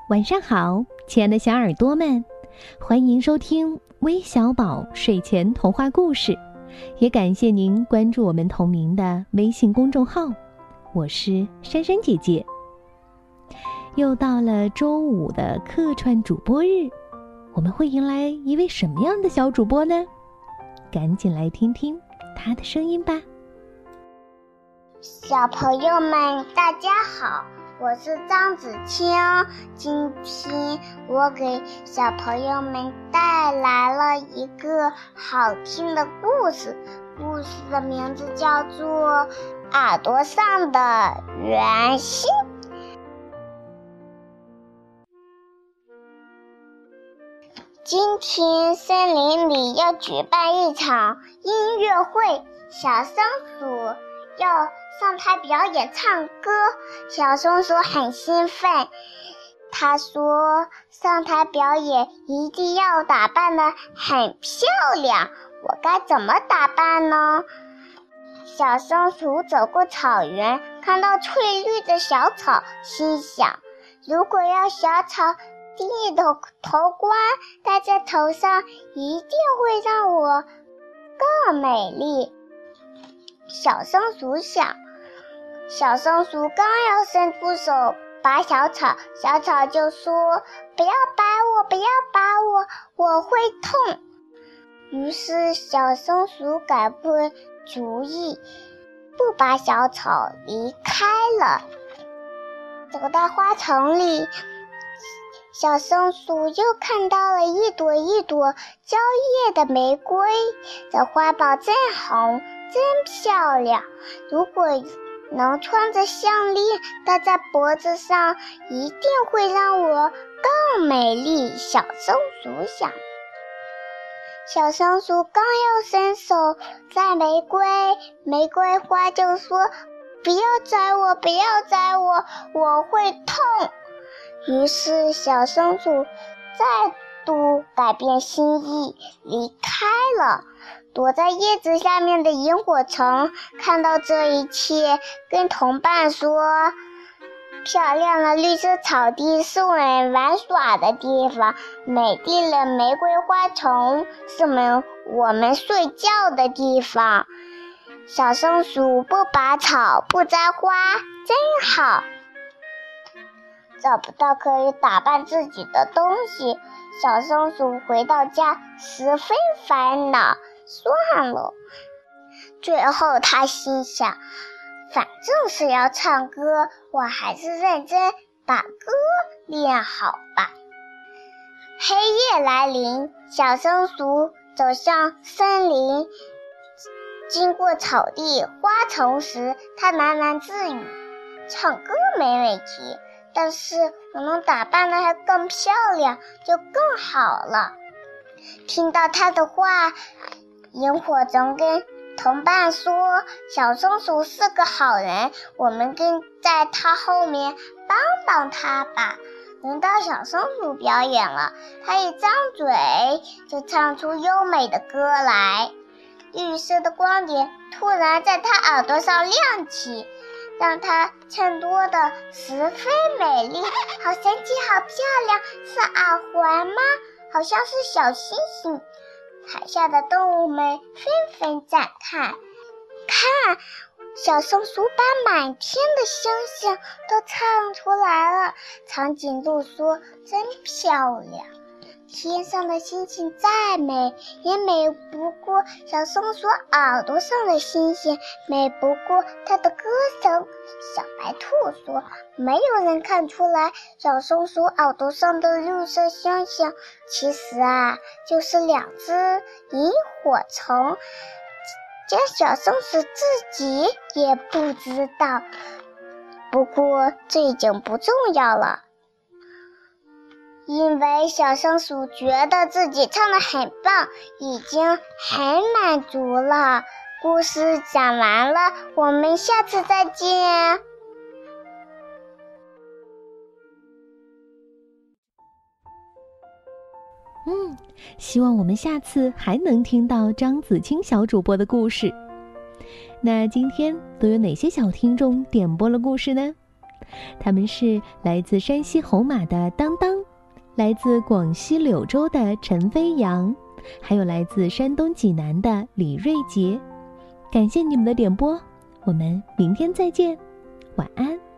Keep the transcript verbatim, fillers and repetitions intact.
晚上好，亲爱的小耳朵们，欢迎收听微小宝睡前童话故事，也感谢您关注我们同名的微信公众号，我是珊珊姐姐。又到了周五的客串主播日，我们会迎来一位什么样的小主播呢？赶紧来听听他的声音吧。 小朋友们大家好，我是张子清。今天我给小朋友们带来了一个好听的故事，故事的名字叫做《耳朵上的圆心》。今天森林里要举办一场音乐会，小松鼠要上台表演唱歌。小松鼠很兴奋，他说上台表演一定要打扮得很漂亮，我该怎么打扮呢？小松鼠走过草原，看到翠绿的小草，心想，如果要小草第一头头冠戴在头上，一定会让我更美丽。小松鼠想，小松鼠刚要伸出手拔小草，小草就说，不要拔我，不要拔我，我会痛。于是小松鼠改不主意，不拔小草，离开了。走到花丛里，小松鼠又看到了一朵一朵娇艳的玫瑰，这花苞真红，真漂亮，如果能穿着项链戴在脖子上，一定会让我更美丽。小松鼠想。小松鼠刚要伸手摘玫瑰，玫瑰花就说，不要摘我，不要摘我，我会痛。于是小松鼠再度改变心意，离开了。躲在叶子下面的萤火虫看到这一切，跟同伴说，漂亮的绿色草地是我们玩耍的地方，美丽的玫瑰花丛是我们我们睡觉的地方。小松鼠不拔草，不摘花，真好。找不到可以打扮自己的东西，小松鼠回到家十分烦恼，算了。最后他心想，反正是要唱歌，我还是认真把歌练好吧。黑夜来临，小松鼠走向森林，经过草地花丛时，他喃喃自语，唱歌没问题，但是我能打扮得还更漂亮就更好了。听到他的话，萤火虫跟同伴说，小松鼠是个好人，我们跟在他后面帮帮他吧。轮到小松鼠表演了，他一张嘴就唱出优美的歌来。绿色的光点突然在他耳朵上亮起，让它衬托的十分美丽，好神奇，好漂亮，是耳环吗？好像是小星星。台下的动物们纷纷赞叹，看，小松鼠把满天的星星都唱出来了。长颈鹿说，真漂亮。天上的星星再美，也美不过小松鼠耳朵上的星星，美不过它的歌声。小白兔说，没有人看出来小松鼠耳朵上的绿色星星，其实啊，就是两只萤火虫，这小松鼠自己也不知道。不过这已经不重要了，因为小松鼠觉得自己唱得很棒，已经很满足了。故事讲完了，我们下次再见。 嗯，希望我们下次还能听到张子清小主播的故事。那今天都有哪些小听众点播了故事呢？ 他们是来自山西侯马的当当，来自广西柳州的陈飞扬，还有来自山东济南的李瑞杰。感谢你们的点播，我们明天再见，晚安。